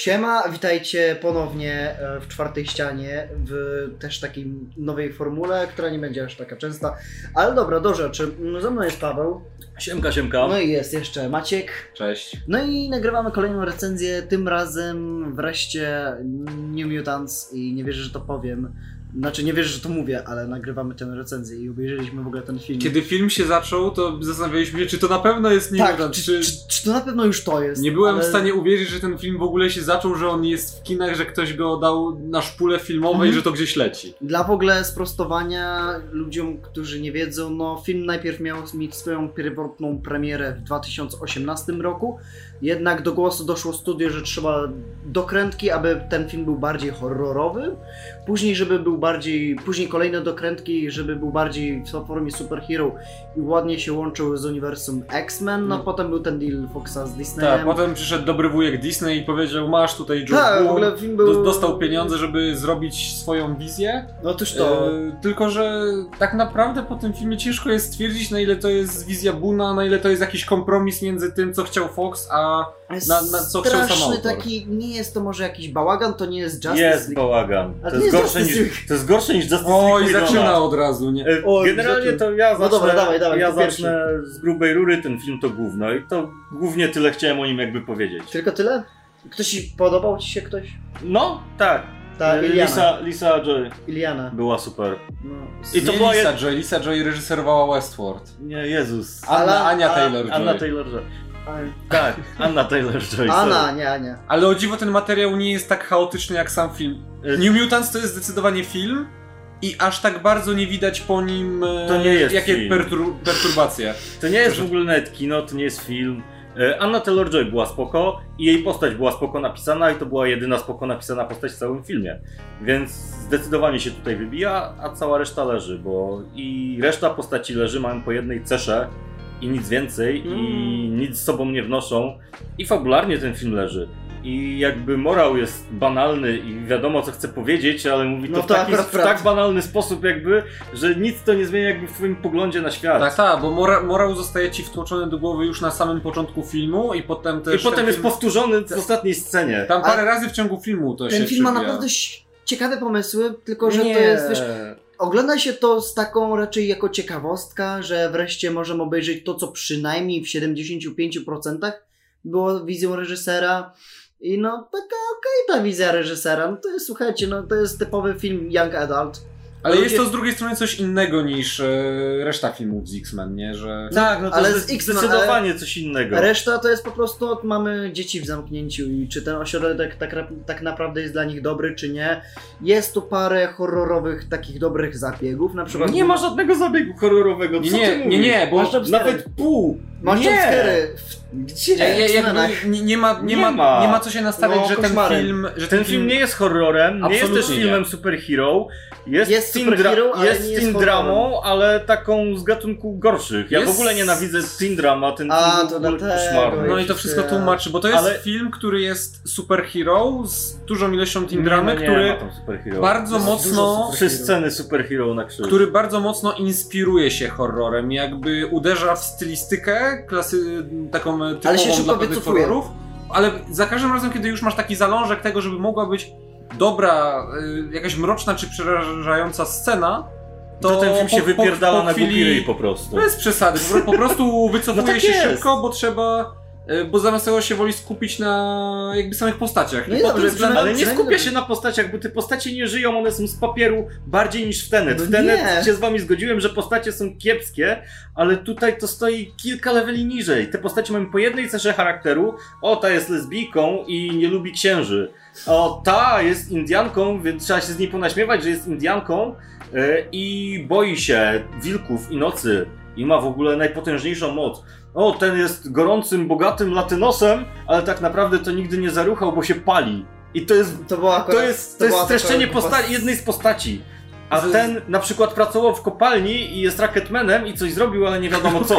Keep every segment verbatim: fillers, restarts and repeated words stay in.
Siema, witajcie ponownie w Czwartej Ścianie, w też takiej nowej formule, która nie będzie aż taka częsta. Ale dobra, do rzeczy. Ze mną jest Paweł. Siemka, siemka. No i jest jeszcze Maciek. Cześć. No i nagrywamy kolejną recenzję, tym razem wreszcie New Mutants i nie wierzę, że to powiem. Znaczy nie wierzę, że to mówię, ale nagrywamy tę recenzję i obejrzeliśmy w ogóle ten film. Kiedy film się zaczął, to zastanawialiśmy się, czy to na pewno jest New tak, Mutants, czy, czy, czy to na pewno już to jest. Nie byłem ale... w stanie uwierzyć, że ten film w ogóle się zaczął, że on jest w kinach, że ktoś go dał na szpulę filmowej, mm. że to gdzieś leci. Dla w ogóle sprostowania ludziom, którzy nie wiedzą, no film najpierw miał mieć swoją pierwotną premierę w dwa tysiące osiemnastym roku, jednak do głosu doszło studio, że trzeba dokrętki, aby ten film był bardziej horrorowy, później żeby był bardziej, później kolejne dokrętki, żeby był bardziej w formie superhero i ładnie się łączył z uniwersum X-Men, no hmm. potem był ten deal Foxa z Disneyem. Tak, potem przyszedł dobry wujek Disney i powiedział, masz tutaj Joe tak, Boone, w ogóle film był... dostał pieniądze, żeby zrobić swoją wizję. No toż to. E, tylko, że tak naprawdę po tym filmie ciężko jest stwierdzić, na ile to jest wizja Boona, na ile to jest jakiś kompromis między tym, co chciał Fox, a na, na co chciał sam autor. Taki, nie jest to może jakiś bałagan, to nie jest Justice Jest League. bałagan. To, to, jest jest gorsze niż, to jest gorsze niż Justice League. Oj, League. zaczyna od razu, nie? O, Generalnie to ja zacznę, no dobra, dawaj, dawaj, ja zacznę pierwszy. z grubej rury, ten film to gówno i to głównie tyle chciałem o nim jakby powiedzieć. Tylko tyle? Ktoś ci podobał ci się ktoś? No, tak. Ta, Lisa, Lisa Joy Iliana. była super. No. I to nie była Lisa jed... Joy, Lisa Joy reżyserowała Westworld. Nie, Jezus. Anna, Ania Taylor-Joy. Anna Taylor-Joy. Tak, Anna Taylor-Joy. Anna, nie Ania. Ale o dziwo ten materiał nie jest tak chaotyczny jak sam film. New Mutants to jest zdecydowanie film i aż tak bardzo nie widać po nim to nie jest jakie film. Pertur perturbacje. To nie jest w ogóle nawet kino, to nie jest film. Anna Taylor-Joy była spoko i jej postać była spoko napisana i to była jedyna spoko napisana postać w całym filmie. Więc zdecydowanie się tutaj wybija, a cała reszta leży, bo i reszta postaci leży, mają po jednej cesze i nic więcej mm. i nic z sobą nie wnoszą i fabularnie ten film leży. I jakby morał jest banalny i wiadomo co chce powiedzieć, ale mówi to, no w, to taki, w tak banalny sposób jakby, że nic to nie zmienia jakby w twoim poglądzie na świat. Tak, tak, bo mora morał zostaje ci wtłoczony do głowy już na samym początku filmu i potem też... I potem jest film... powtórzony w ostatniej scenie. Tam parę A razy w ciągu filmu to ten się Ten film przewija. ma naprawdę ciekawe pomysły, tylko że nie. to jest, wiesz... Ogląda się to z taką raczej jako ciekawostka, że wreszcie możemy obejrzeć to, co przynajmniej w siedemdziesięciu pięciu procentach było wizją reżysera. I no, taka okej okay, ta wizja reżysera. No to jest, słuchajcie, no to jest typowy film young adult. Ale Ludzie... jest to z drugiej strony coś innego niż e, reszta filmów z X-Men, nie? Że... Tak, no to ale jest z X-Men, zdecydowanie ale coś innego. Reszta to jest po prostu, mamy dzieci w zamknięciu i czy ten ośrodek tak, tak naprawdę jest dla nich dobry, czy nie. Jest tu parę horrorowych, takich dobrych zabiegów, na przykład... Nie ma żadnego zabiegu horrorowego, co nie, ty nie, nie, bo masz nawet pół. Masz jumpscary. Gdzie? Nie, nie, nie, nie, ma, nie, nie, ma, nie ma co się nastawiać, no, że ten film... Że ten film nie jest horrorem, nie jest też filmem nie. superhero. Jest, jest teen, superhero, dra jest nie teen jest dramą, ale taką z gatunku gorszych. Ja jest... w ogóle nienawidzę teen drama, ten A, film to był koszmarny. No i to wszystko tłumaczy, bo to jest ale... film, który jest superhero z dużą ilością teen dramy, nie, nie, który ma tam superhero. bardzo jest mocno... Trzy sceny superhero na krzyż. Który bardzo mocno inspiruje się horrorem, jakby uderza w stylistykę, klasy, taką typową dla pewnych horrorów, ale za każdym razem, kiedy już masz taki zalążek tego, żeby mogła być dobra, y, jakaś mroczna czy przerażająca scena, to, to ten film się po, wypierdala po, po chwili, na głupi po prostu. Bez przesady, po prostu wycofuje no tak się jest. szybko, bo trzeba... Bo zamiast tego się woli skupić na jakby samych postaciach. No i dobrze, względem, ale nie skupia się na postaciach, bo te postacie nie żyją, one są z papieru bardziej niż w Tenet. W Tenet się z wami zgodziłem, że postacie są kiepskie, ale tutaj to stoi kilka leveli niżej. Te postacie mają po jednej cesze charakteru. O, ta jest lesbijką i nie lubi księży. O, ta jest Indianką, więc trzeba się z niej ponaśmiewać, że jest Indianką yy, i boi się wilków i nocy. I ma w ogóle najpotężniejszą moc. O, ten jest gorącym, bogatym latynosem, ale tak naprawdę to nigdy nie zaruchał, bo się pali. I to jest to, było akurat, to jest, to to jest była streszczenie posta- jednej z postaci. A z... ten na przykład pracował w kopalni i jest Rocketmanem i coś zrobił, ale nie wiadomo co.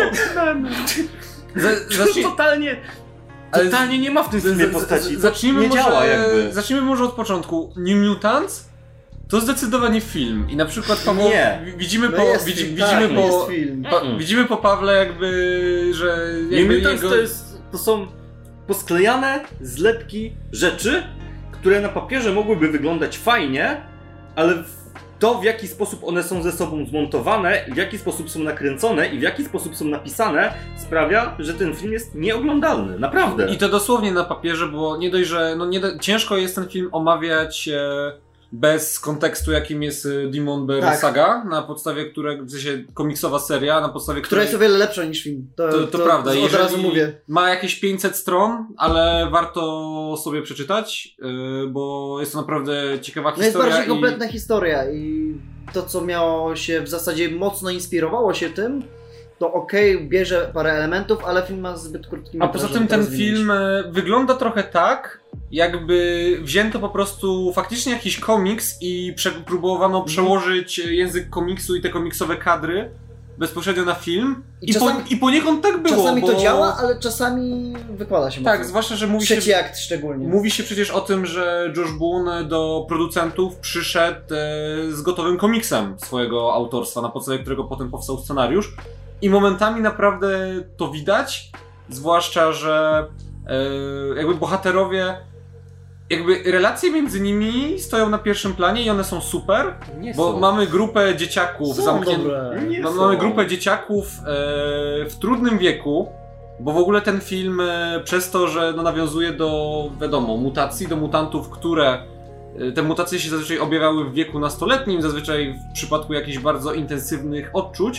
Zacznij... Totalnie... Totalnie nie ma w tym filmie postaci. Zacznijmy nie może, działa jakby. Zacznijmy może od początku. New Mutants to zdecydowanie film i na przykład Paweł, widzimy no po jest widzi, film, widzimy tak, po jest film. Pa, widzimy po Pawle jakby, że jakby New Mutants jego... to jest to są posklejane zlepki rzeczy, które na papierze mogłyby wyglądać fajnie, ale to, w jaki sposób one są ze sobą zmontowane, w jaki sposób są nakręcone i w jaki sposób są napisane, sprawia, że ten film jest nieoglądalny. Naprawdę. I to dosłownie na papierze, bo nie dość, że no nie do... ciężko jest ten film omawiać e, bez kontekstu, jakim jest Demon Bear tak. Saga, na podstawie którego, w sensie komiksowa seria, na podstawie która której... jest o wiele lepsza niż film. To, to, to, to prawda. To od razu mówię. Ma jakieś pięćset stron, ale warto sobie przeczytać, yy, bo jest to naprawdę ciekawa no historia. Jest bardziej i... kompletna historia i to, co miało się w zasadzie mocno inspirowało się tym, to okej, okay, bierze parę elementów, ale film ma zbyt krótki metraż. A poza tym ten film wygląda trochę tak, jakby wzięto po prostu faktycznie jakiś komiks i prze- próbowano mm. przełożyć język komiksu i te komiksowe kadry bezpośrednio na film. I, I, czasami, po, i poniekąd tak było. Czasami bo... to działa, ale czasami wykłada się Tak, mocno. zwłaszcza, że mówi Trzeci się... akt szczególnie. Mówi się przecież o tym, że Josh Boone do producentów przyszedł e, z gotowym komiksem swojego autorstwa, na podstawie którego potem powstał scenariusz. I momentami naprawdę to widać, zwłaszcza, że e, jakby bohaterowie, jakby relacje między nimi stoją na pierwszym planie i one są super, nie bo są. Mamy grupę dzieciaków zamkniętych. Mamy grupę dzieciaków e, w trudnym wieku, bo w ogóle ten film e, przez to, że no, nawiązuje do, wiadomo, mutacji, do mutantów, które e, te mutacje się zazwyczaj objawiały w wieku nastoletnim, zazwyczaj w przypadku jakichś bardzo intensywnych odczuć,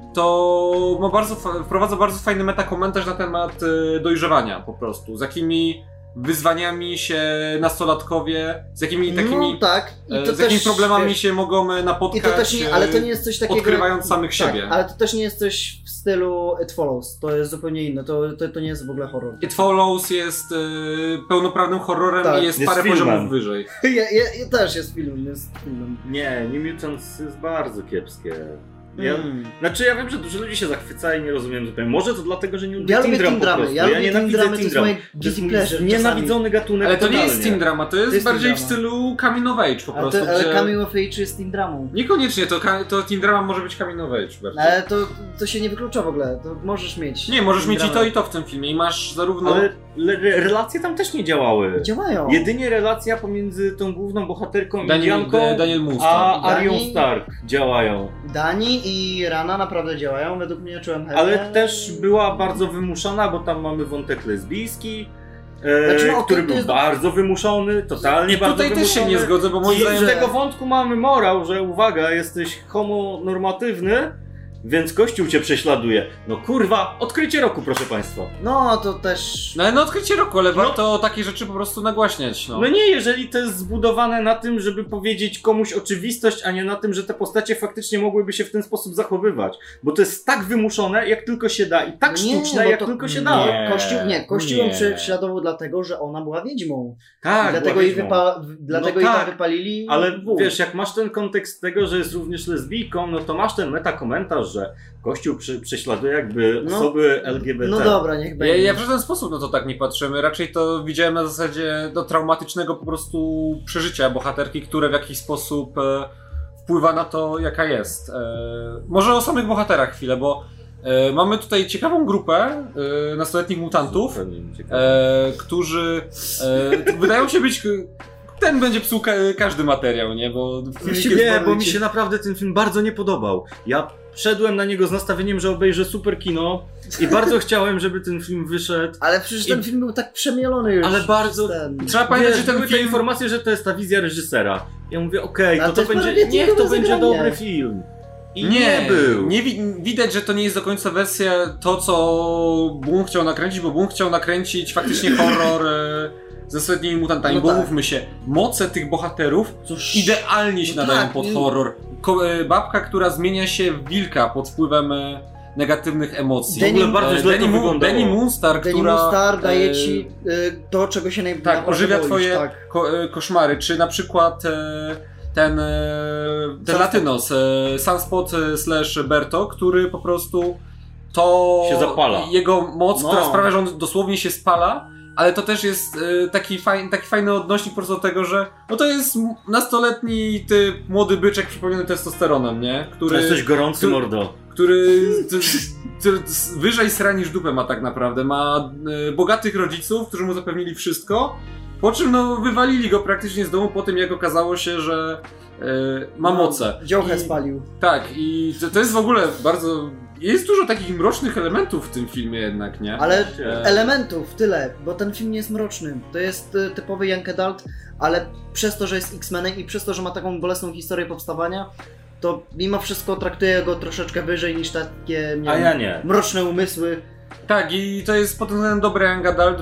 to ma bardzo, wprowadza bardzo fajny metakomentarz na temat e, dojrzewania po prostu, z jakimi wyzwaniami się nastolatkowie, z jakimi takimi, no, tak. I to z jakimi też, problemami wiesz, się mogą napotkać, i to też nie, ale to nie jest coś takiego, odkrywając samych tak, siebie. Ale to też nie jest coś w stylu It Follows, to jest zupełnie inne, to, to, to nie jest w ogóle horror. It Follows jest y, pełnoprawnym horrorem tak. i jest, jest parę filmem. poziomów wyżej. Ja, ja, ja też jest filmem, jest filmem. Nie, New Mutants jest bardzo kiepskie. Ja, mm. Znaczy ja wiem, że dużo ludzi się zachwyca i nie rozumiem zupełnie. Może to dlatego, że nie lubię ja teen dram po prostu. Ja, ja nienawidzę teen to jest dram. moje guilty pleasure. Nienawidzony gatunek. Ale to totalnie. nie jest teen drama, to jest, to jest bardziej w stylu coming of age po ale prostu. To, ale gdzie... coming of age jest teen dramą. Niekoniecznie, to, to teen drama może być coming of age. Bardziej. Ale to, to się nie wyklucza w ogóle, to możesz mieć. Nie, możesz mieć i to i to w tym filmie i masz zarówno... Ale le, relacje tam też nie działały. Działają. Jedynie relacja pomiędzy tą główną bohaterką Daniel, Indianką Daniel a Arią Stark działają. Dani i Rana naprawdę działają, według mnie czułem chętnie. Ale też była bardzo wymuszona, bo tam mamy wątek lesbijski, e, znaczy, no, który to, to był jest... bardzo wymuszony, totalnie I bardzo tutaj wymuszony. też się nie zgodzę, bo moim I zdaniem... z tego wątku mamy morał, że uwaga, jesteś homonormatywny, więc Kościół cię prześladuje. No kurwa, odkrycie roku, proszę państwa. No to też... No, no odkrycie roku, ale no, warto takie rzeczy po prostu nagłaśniać. No. no nie, jeżeli to jest zbudowane na tym, żeby powiedzieć komuś oczywistość, a nie na tym, że te postacie faktycznie mogłyby się w ten sposób zachowywać. Bo to jest tak wymuszone, jak tylko się da i tak nie, sztuczne, jak to... tylko się da. Nie, Kościół, nie, Kościół ją nie. prześladował dlatego, że ona była wiedźmą. Tak, dlatego jej, wypa... dlatego no jej tak, tam wypalili. ale w. wiesz, jak masz ten kontekst tego, że jest również lesbijką, no to masz ten metakomentarz, że Kościół przy, prześladuje jakby no, osoby L G B T. No dobra, niech będzie. Ja, ja w żaden sposób na to tak nie patrzymy. Raczej to widziałem na zasadzie do traumatycznego po prostu przeżycia bohaterki, które w jakiś sposób e, wpływa na to, jaka jest. E, może o samych bohaterach chwilę, bo e, mamy tutaj ciekawą grupę e, nastoletnich mutantów, e, którzy e, wydają się być... Ten będzie psuł ka każdy materiał, nie? Bo... Nie, bo mi się naprawdę ten film bardzo nie podobał. Ja szedłem na niego z nastawieniem, że obejrzę super kino i bardzo chciałem, żeby ten film wyszedł. Ale przecież ten I... film był tak przemielony już. Ale bardzo... Ten... Trzeba pamiętać, że ten były film... te informacje, że to jest ta wizja reżysera. Ja mówię, okej, okay, no to, to, to będzie... Niech to będzie zagranie. dobry film. I nie, nie był. Nie wi widać, że to nie jest do końca wersja to, co Boone chciał nakręcić, bo Boone chciał nakręcić faktycznie horror... E ze nastoletnimi mutantami, no bo tak. Mówmy się, moce tych bohaterów Cóż, idealnie się no nadają tak, pod horror. Ko babka, która zmienia się w wilka pod wpływem e, negatywnych emocji. Danny, w ogóle bardzo źle Danny, to Danny Moonstar, Danny która... Moonstar daje ci e, to, czego się najbardziej Tak, ożywia boisz, twoje tak. ko e, koszmary, czy na przykład e, ten, e, ten Latynos, e, Sunspot slash Berto, który po prostu to... się zapala. Jego moc, no. która sprawia, że on dosłownie się spala. Ale to też jest y, taki, faj, taki fajny odnośnik po prostu do tego, że no to jest nastoletni typ, młody byczek przypomniany testosteronem, nie? Który, to jesteś gorący który, mordo. który wyżej sra niż dupę ma tak naprawdę. Ma bogatych rodziców, którzy mu zapewnili wszystko, po czym no wywalili go praktycznie z domu po tym, jak okazało się, że yy, ma no, moce. Działkę spalił. Tak, i to, to jest w ogóle bardzo... Jest dużo takich mrocznych elementów w tym filmie jednak, nie? Ale e... elementów tyle, bo ten film nie jest mroczny. To jest typowy young adult, ale przez to, że jest X-Menem i przez to, że ma taką bolesną historię powstawania, to mimo wszystko traktuje go troszeczkę wyżej niż takie nie A wiem, ja nie. mroczne umysły. Tak, i to jest pod tym względem dobry young adult,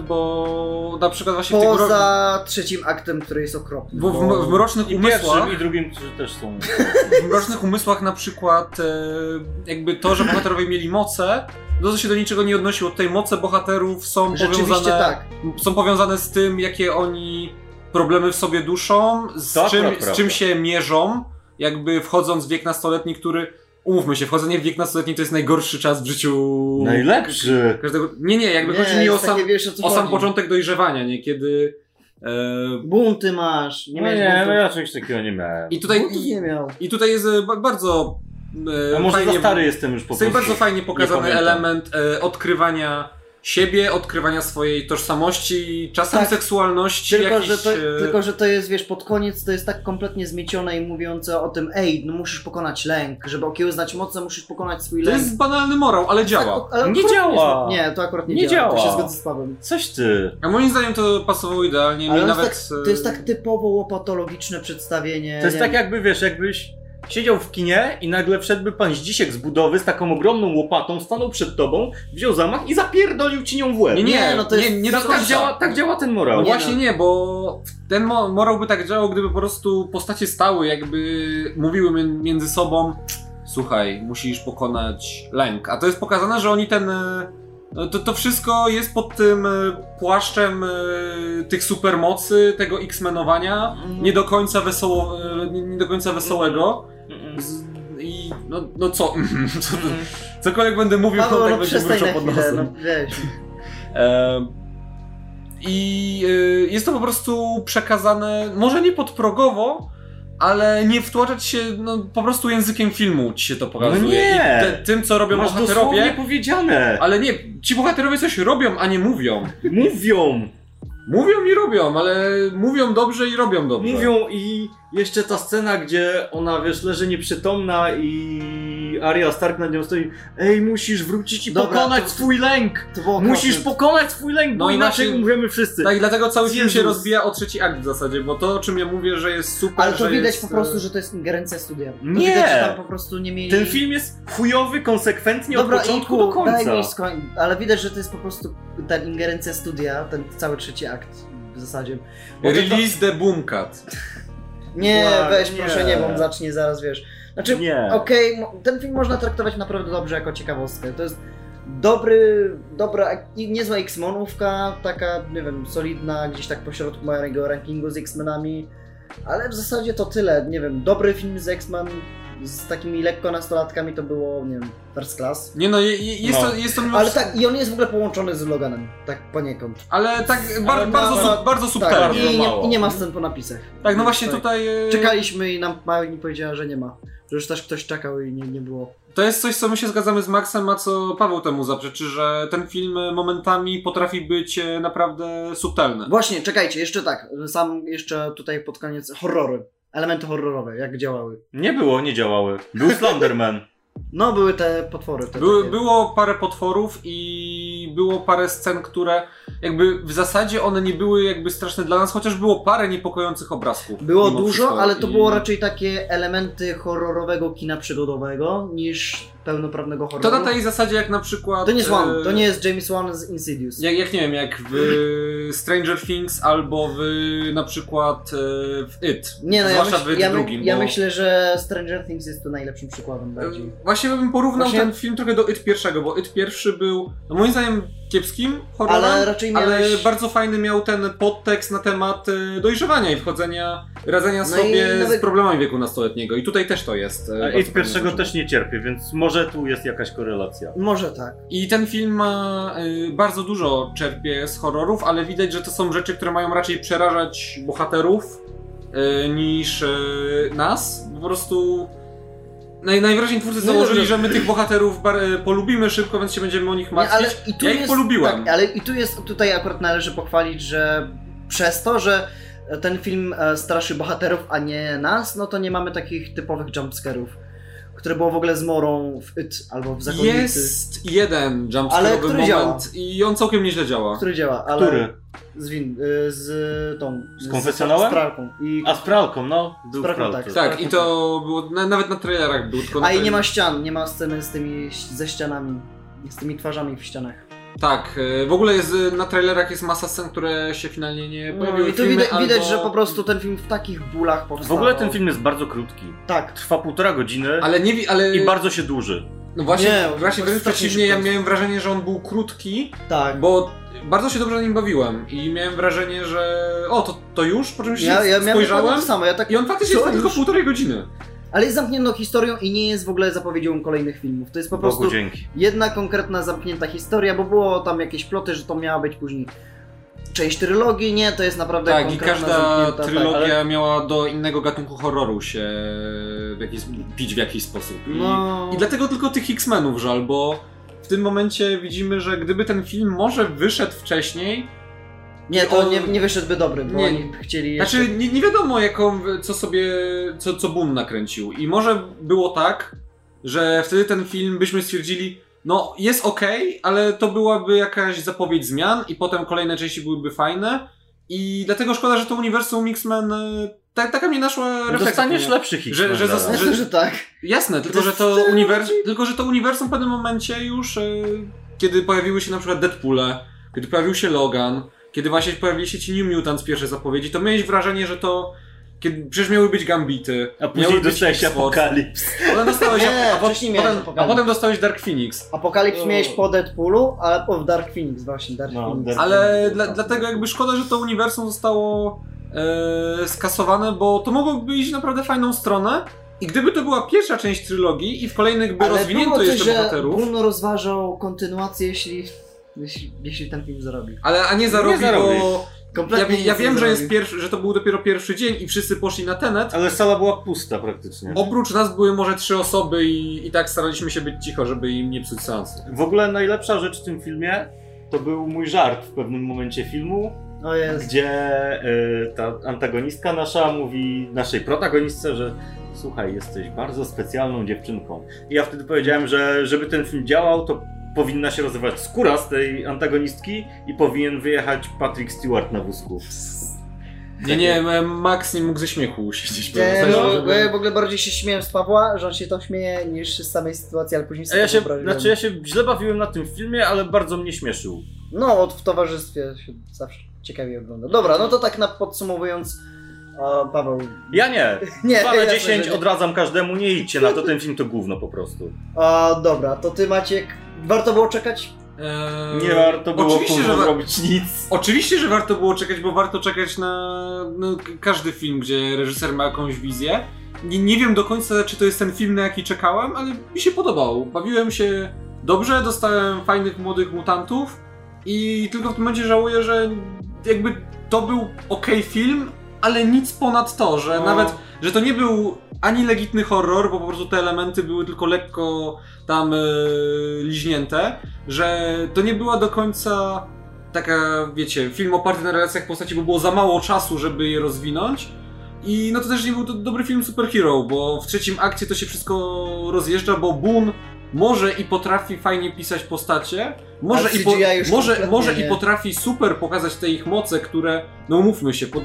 bo na przykład właśnie Poza w tym Poza trzecim aktem, który jest okropny. Bo w, bo... w mrocznych I umysłach... pierwszym i drugim, którzy też są... W mrocznych umysłach na przykład e, jakby to, że bohaterowie mieli moce, to się do niczego nie odnosiło. Tutaj moce bohaterów są powiązane, tak. są powiązane z tym, jakie oni problemy w sobie duszą, z, to czym, prawda. z czym się mierzą, jakby wchodząc w wiek nastoletni, który... Umówmy się, wchodzenie w wiek nastoletni to jest najgorszy czas w życiu... Najlepszy! Każdego... Nie, nie, jakby nie, chodzi mi o sam, takie, wiesz, o o sam chodzi. początek dojrzewania, nie? Kiedy... E... Bunty masz, nie no miałeś nie, buntów. no ja czegoś takiego nie miałem. I tutaj, Buntów nie miał. I tutaj jest e, bardzo... E, A może fajnie, za stary jestem już po prostu. Jest bardzo fajnie pokazany element e, odkrywania siebie, odkrywania swojej tożsamości, czasem tak, seksualności. Tylko, jakiś, że to, e... tylko, że to jest, wiesz, pod koniec to jest tak kompletnie zmiecione i mówiące o tym, ej, no musisz pokonać lęk, żeby okiełznać moce, musisz pokonać swój to lęk. To jest banalny morał, ale działa. Tak, ale nie działa! Nie, to akurat nie, nie działa. działa. To się zgodzę z Pawłem. Coś ty. A moim zdaniem to pasowało idealnie. Ale Mi to, nawet... jest tak, to jest tak typowo łopatologiczne przedstawienie. To jest nie tak wiem. jakby, wiesz, jakbyś siedział w kinie i nagle wszedłby pan Zdzisiek z budowy z taką ogromną łopatą, stanął przed tobą, wziął zamach i zapierdolił ci nią w łeb. Nie, nie, Nie, no to jest- nie, nie tak, do tak, końca. działa, tak działa ten morał. No Nie właśnie no. nie, bo ten mo- morał by tak działał, gdyby po prostu postacie stały, jakby mówiły mi- między sobą: słuchaj, musisz pokonać lęk. A to jest pokazane, że oni ten... To, to wszystko jest pod tym płaszczem tych supermocy, tego X-menowania, nie do końca wesoło, nie do końca wesołego. Z, I no, no co? co cokolwiek będę mówił, Paweł, to tak no będzie przestań wrócił na pod chwilę, nosem. no weź. E, I e, jest to po prostu przekazane, może nie podprogowo, ale nie wtłaczać się, no po prostu językiem filmu ci się to pokazuje. No nie. I te, tym, co robią Masz bohaterowie. dosłownie powiedziane. Ale nie, ci bohaterowie coś robią, a nie mówią. Mówią. Mówią i robią, ale mówią dobrze i robią dobrze. Mówią i jeszcze ta scena, gdzie ona, wiesz, leży nieprzytomna i Arya Stark nad nią stoi. Ej, musisz wrócić i Dobra, pokonać to- swój lęk. To było Musisz okropne. pokonać swój lęk, bo No i inaczej właśnie- umrzemy wszyscy. Tak, i dlatego cały film się Jezus. rozbija o trzeci akt w zasadzie, bo to, o czym ja mówię, że jest super, Ale to że widać jest, po prostu, że to jest ingerencja studia. To Nie. widać, że tam po prostu nie mieli... Ten film jest chujowy, konsekwentnie Dobra, od początku Iku, do końca. daj mi skoń... Ale widać, że to jest po prostu ta ingerencja studia, ten cały trzeci akt w zasadzie. Bo to- Release the boom cut. Nie, Tak, weź nie. proszę nie, bo on zacznie zaraz, wiesz. Znaczy, Nie. okej, mo- ten film można traktować naprawdę dobrze jako ciekawostkę. To jest dobry, dobra, i niezła X-Menówka, taka, nie wiem, solidna, gdzieś tak pośrodku mojego rankingu z X-Menami. Ale w zasadzie to tyle, nie wiem, dobry film z X-Men z takimi lekko nastolatkami to było, nie wiem, First Class. Nie no, je, je, jest, No. To, jest to mimo Ale wszystko- tak, i on jest w ogóle połączony z Loganem, tak poniekąd. ale tak bar, Ale bardzo, na- su, bardzo Tak, subtelnie. i nie, mało. i nie ma scen po napisach. Tak, no właśnie Tak. tutaj... e, Czekaliśmy i nam pani powiedziała, że nie ma. Że już też ktoś czekał i nie, nie było. To jest coś, co my się zgadzamy z Maxem, a co Paweł temu zaprzeczy, że ten film momentami potrafi być e, naprawdę subtelny. Właśnie, czekajcie, jeszcze tak, sam jeszcze tutaj pod koniec horrory. Elementy horrorowe, jak działały. Nie było, nie działały. Był Slenderman. No, były te potwory. Te Były, takie. było parę potworów i było parę scen, które jakby w zasadzie one nie były jakby straszne dla nas, chociaż było parę niepokojących obrazków. Było mimo dużo, wszystko. ale to I- było raczej takie elementy horrorowego kina przygodowego niż pełnoprawnego horroru. To na tej zasadzie jak na przykład... To nie jest Wan, e, to nie jest James Wan z Insidious. Jak, jak nie wiem, jak w Stranger Things albo w na przykład e, w It. Nie no, ja, Zwłaszcza myśl, w ja, my, drugim, ja bo... myślę, że Stranger Things jest tu najlepszym przykładem bardziej. Właśnie bym porównał Właśnie- ten film trochę do It pierwszego, bo It pierwszy był, no moim zdaniem, kiepskim horrorem, Ale raczej miałeś... ale bardzo fajny miał ten podtekst na temat e, dojrzewania i wchodzenia, radzenia No sobie i nawet- z problemami wieku nastoletniego. I tutaj też to jest. e, A bardzo It fajnie pierwszego zaznaczone. też nie cierpię, więc może tu jest jakaś korelacja. Może tak. I ten film ma y, bardzo dużo czerpie z horrorów, ale widać, że to są rzeczy, które mają raczej przerażać bohaterów y, niż y, nas. Po prostu Naj, najwyraźniej twórcy no założyli, no, że my tych bohaterów bar, polubimy szybko, więc się będziemy o nich martwić. Nie, ale i tu ja jest, ich polubiłem. Tak, ale i tu jest, tutaj akurat należy pochwalić, że przez to, że ten film straszy bohaterów, a nie nas, no to nie mamy takich typowych jumpscarów, które było w ogóle zmorą w It albo w Zakonnicy. Jest jeden jumpscare'owy moment działa. I on całkiem nieźle działa. Który działa, ale... Który? Z win, z tą... Z konfesjonałem? Z pralką. I... A z pralką, no. Z pralką, tak. Tak, i to było, na, nawet na trailerach był. Tylko A i nie ma ścian, nie ma sceny z tymi, ze ścianami, z tymi twarzami w ścianach. Tak, w ogóle jest, na trailerach jest masa scen, które się finalnie nie pojawiły. No i tu filmy, widać, albo... widać, że po prostu ten film w takich bólach powstał. W ogóle ten film jest bardzo krótki. Tak. Trwa półtora godziny ale nie, ale... i bardzo się dłuży. No właśnie, nie, właśnie wręcz przeciwnie, ja miałem wrażenie, że on był krótki, tak. Bo bardzo się dobrze na nim bawiłem i miałem wrażenie, że o, to, to już, po czym się ja, ja spojrzałem to samo. Ja tak... i on faktycznie jest tylko półtorej godziny. Ale jest zamkniętą historią i nie jest w ogóle zapowiedzią kolejnych filmów. To jest po prostu Bogu dzięki. jedna konkretna zamknięta historia, bo było tam jakieś ploty, że to miała być później część trylogii, nie, to jest naprawdę tak, konkretna i każda trylogia tak, ale... miała do innego gatunku horroru się w jakiś, pić w jakiś sposób. I, no... I dlatego tylko tych X-Menów żal, bo w tym momencie widzimy, że gdyby ten film może wyszedł wcześniej, nie, to on... nie, nie wyszedłby dobry, bo nie, oni chcieli jeszcze... Znaczy, nie, nie wiadomo jaką, co sobie, co, co Boom nakręcił. I może było tak, że wtedy ten film byśmy stwierdzili, no jest okej, okay, ale to byłaby jakaś zapowiedź zmian i potem kolejne części byłyby fajne. I dlatego szkoda, że to uniwersum X-Men, tak, taka mnie naszła refleksja. Dostaniesz lepszych X-Men. Że, że, że, że, że tak. Jasne, tylko że, to uniwers, tylko że to uniwersum w pewnym momencie już, yy, kiedy pojawiły się na przykład Deadpoole, kiedy pojawił się Logan, kiedy właśnie pojawili się ci New Mutants pierwsze zapowiedzi, to miałeś wrażenie, że to... Kiedy, przecież miały być Gambity. A później dostałeś Apokalips. Potem dostałeś, nie, a, po, potem, a potem dostałeś Dark Phoenix. Apokalips no. miałeś po Deadpoolu, ale po Dark Phoenix właśnie. Dark no, Phoenix. Dark ale dla, dlatego jakby szkoda, że to uniwersum zostało e, skasowane, bo to mogłoby iść naprawdę fajną stronę. I gdyby to była pierwsza część trylogii i w kolejnych by ale rozwinięto coś, jeszcze bohaterów... Ale rozważał kontynuację, jeśli, jeśli, jeśli ten film zarobi. Ale a nie zarobi, nie zarobi. bo... Kompletnie ja ja wiem, że, jest pierwszy, że to był dopiero pierwszy dzień i wszyscy poszli na Tenet. Ale sala była pusta praktycznie. Oprócz nas były może trzy osoby i, i tak staraliśmy się być cicho, żeby im nie psuć seansu. W ogóle najlepsza rzecz w tym filmie to był mój żart w pewnym momencie filmu, o jest. gdzie y, ta antagonistka nasza mówi naszej protagonistce, że słuchaj, jesteś bardzo specjalną dziewczynką. I ja wtedy powiedziałem, że żeby ten film działał, to powinna się rozerwać skóra z tej antagonistki i powinien wyjechać Patrick Stewart na wózku. Nie, nie, Max nie mógł ze śmiechu siedzieć. Nie, no, żeby... ja w ogóle bardziej się śmiałem z Pawła, że on się to śmieje niż z samej sytuacji, ale później sobie ja się, Znaczy ja się źle bawiłem na tym filmie, ale bardzo mnie śmieszył. No, w towarzystwie się zawsze ciekawie ogląda. Dobra, no to tak na podsumowując, o, Paweł... Ja nie. nie dwa na dziesięć odradzam każdemu, nie idźcie na to, ten film to gówno po prostu. O, dobra, to ty Maciek, warto było czekać? Eee, nie warto było kurwa zrobić nic. Oczywiście, że warto było czekać, bo warto czekać na no, każdy film, gdzie reżyser ma jakąś wizję. Nie, nie wiem do końca, czy to jest ten film, na jaki czekałem, ale mi się podobał. Bawiłem się dobrze, dostałem fajnych młodych mutantów i tylko w tym momencie żałuję, że jakby to był okej film, ale nic ponad to, że no. nawet, że to nie był ani legitny horror, bo po prostu te elementy były tylko lekko tam yy, liźnięte, że to nie była do końca taka, wiecie, film oparty na relacjach postaci, bo było za mało czasu, żeby je rozwinąć. I no to też nie był to dobry film superhero, bo w trzecim akcie to się wszystko rozjeżdża, bo Boone może i potrafi fajnie pisać postacie, może, i, po, może, może i potrafi super pokazać te ich moce, które, no umówmy się, pod,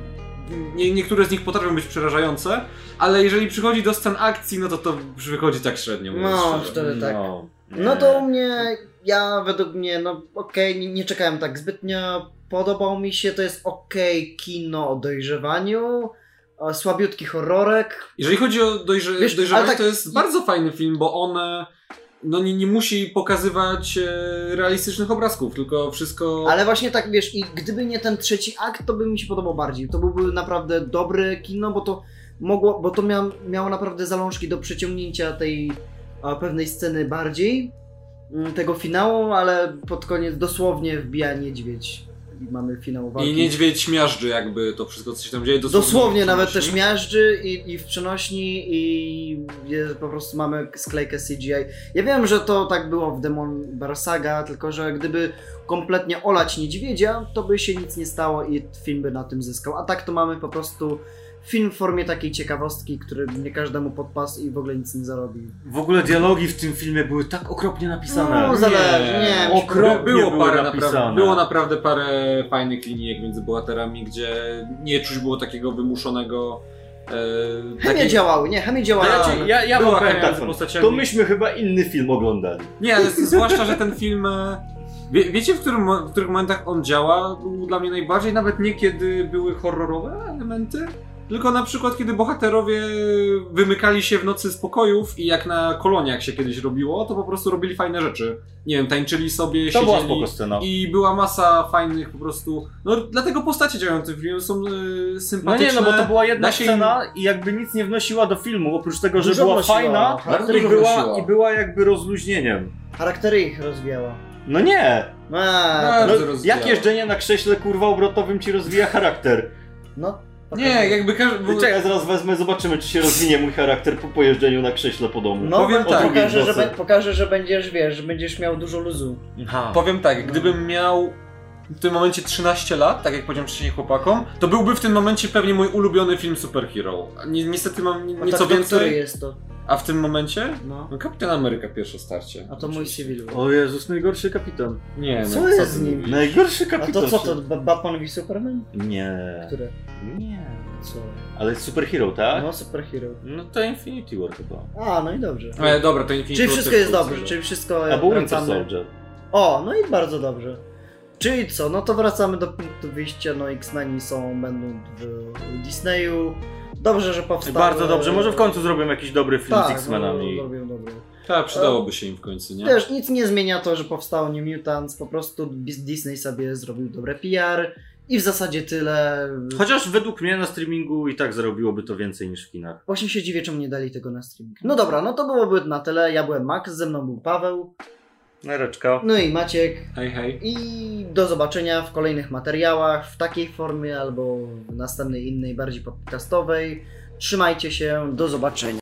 nie, niektóre z nich potrafią być przerażające, ale jeżeli przychodzi do scen akcji, no to to wychodzi tak średnio. No, wtedy tak. No, no to u mnie, ja według mnie, no okej, okay, nie, nie czekałem tak zbytnio, podobał mi się, to jest okej okay, kino o dojrzewaniu, o słabiutki horrorek. Jeżeli chodzi o dojrze Wiesz, dojrzewanie, tak... to jest bardzo fajny film, bo on no nie, nie musi pokazywać e, realistycznych obrazków, tylko wszystko... Ale właśnie tak, wiesz, i gdyby nie ten trzeci akt, to by mi się podobał bardziej. To byłby naprawdę dobre kino, bo to mogło, bo to mia miało naprawdę zalążki do przeciągnięcia tej a, pewnej sceny bardziej, m, tego finału, ale pod koniec dosłownie wbija niedźwiedź i mamy finał walki. I niedźwiedź miażdży jakby to wszystko, co się tam dzieje. Dosłownie, dosłownie nawet też miażdży i, i w przenośni i jest, po prostu mamy sklejkę C G I. Ja wiem, że to tak było w Demon Bar Saga, tylko że gdyby kompletnie olać niedźwiedzia, to by się nic nie stało i film by na tym zyskał. A tak to mamy po prostu film w formie takiej ciekawostki, który nie każdemu podpasł i w ogóle nic nie zarobi. W ogóle dialogi w tym filmie były tak okropnie napisane. No, zależy, nie, nie okropnie było były parę napisane. naprawdę, było naprawdę parę fajnych linijek między bohaterami, gdzie nie czuć było takiego wymuszonego... E, chemie takiej... działały, nie, chemie działały. Ja, ja, ja, ja była chemia tak, postaciami... To myśmy chyba inny film oglądali. Nie, ale zwłaszcza, że ten film... Wie, wiecie, w, którym, w których momentach on działa? Był dla mnie najbardziej, nawet nie kiedy były horrorowe elementy, tylko na przykład kiedy bohaterowie wymykali się w nocy z pokojów i jak na koloniach się kiedyś robiło, to po prostu robili fajne rzeczy. Nie wiem, tańczyli sobie, to była siedzieli scena. I była masa fajnych po prostu... No dlatego postacie działają w tym filmie, są yy, sympatyczne. No nie, no bo to była jedna się scena im... i jakby nic nie wnosiła do filmu, oprócz tego, że dużo była wnosiła, fajna i była, i była jakby rozluźnieniem. Charaktery ich rozwijała. No nie! A, no, jak jeżdżenie na krześle kurwa obrotowym ci rozwija charakter? No. Nie, jakby każdy... Czekaj, ja zaraz wezmę, zobaczymy, czy się rozwinie mój charakter po pojeżdżeniu na krześle po domu. No, powiem tak, pokażę, że, be, pokażę, że będziesz, wiesz, że będziesz miał dużo luzu. Aha. Powiem tak, gdybym miał w tym momencie trzynaście lat, tak jak powiedziałem wcześniej chłopakom, to byłby w tym momencie pewnie mój ulubiony film superhero. Ni niestety mam nieco tak, więcej. Który jest to? A w tym momencie? No. No Kapitan Ameryka, pierwsze starcie. A to mój Civil War. O Jezus, najgorszy kapitan. Nie, co no, jest z nim? Najgorszy kapitan. A to co, to Batman v Superman? Nie. Które? Nie. Co? Ale superhero, tak? No, superhero. No to Infinity War chyba. A, no i dobrze. E, dobra, to Infinity Czyli War wszystko jest dobrze, czyli wszystko... A był Winter Soldier. O, no i bardzo dobrze. Czyli co, no to wracamy do punktu wyjścia, no X-Meni są, będą w Disneyu. Dobrze, że powstały. Bardzo dobrze, może w końcu zrobią jakiś dobry film tak, z X-Menami. No, zrobią dobry. Tak, przydałoby się im w końcu, nie? Wiesz, nic nie zmienia to, że powstało New Mutants, po prostu Disney sobie zrobił dobre P R i w zasadzie tyle. Chociaż według mnie na streamingu i tak zarobiłoby to więcej niż w kinach. Właśnie się dziwię, czemu nie dali tego na streaming. No dobra, no to byłoby na tyle. Ja byłem Max, ze mną był Paweł. Nareczka. No i Maciek. Hej, hej. I do zobaczenia w kolejnych materiałach w takiej formie albo w następnej innej, bardziej podcastowej. Trzymajcie się, do zobaczenia.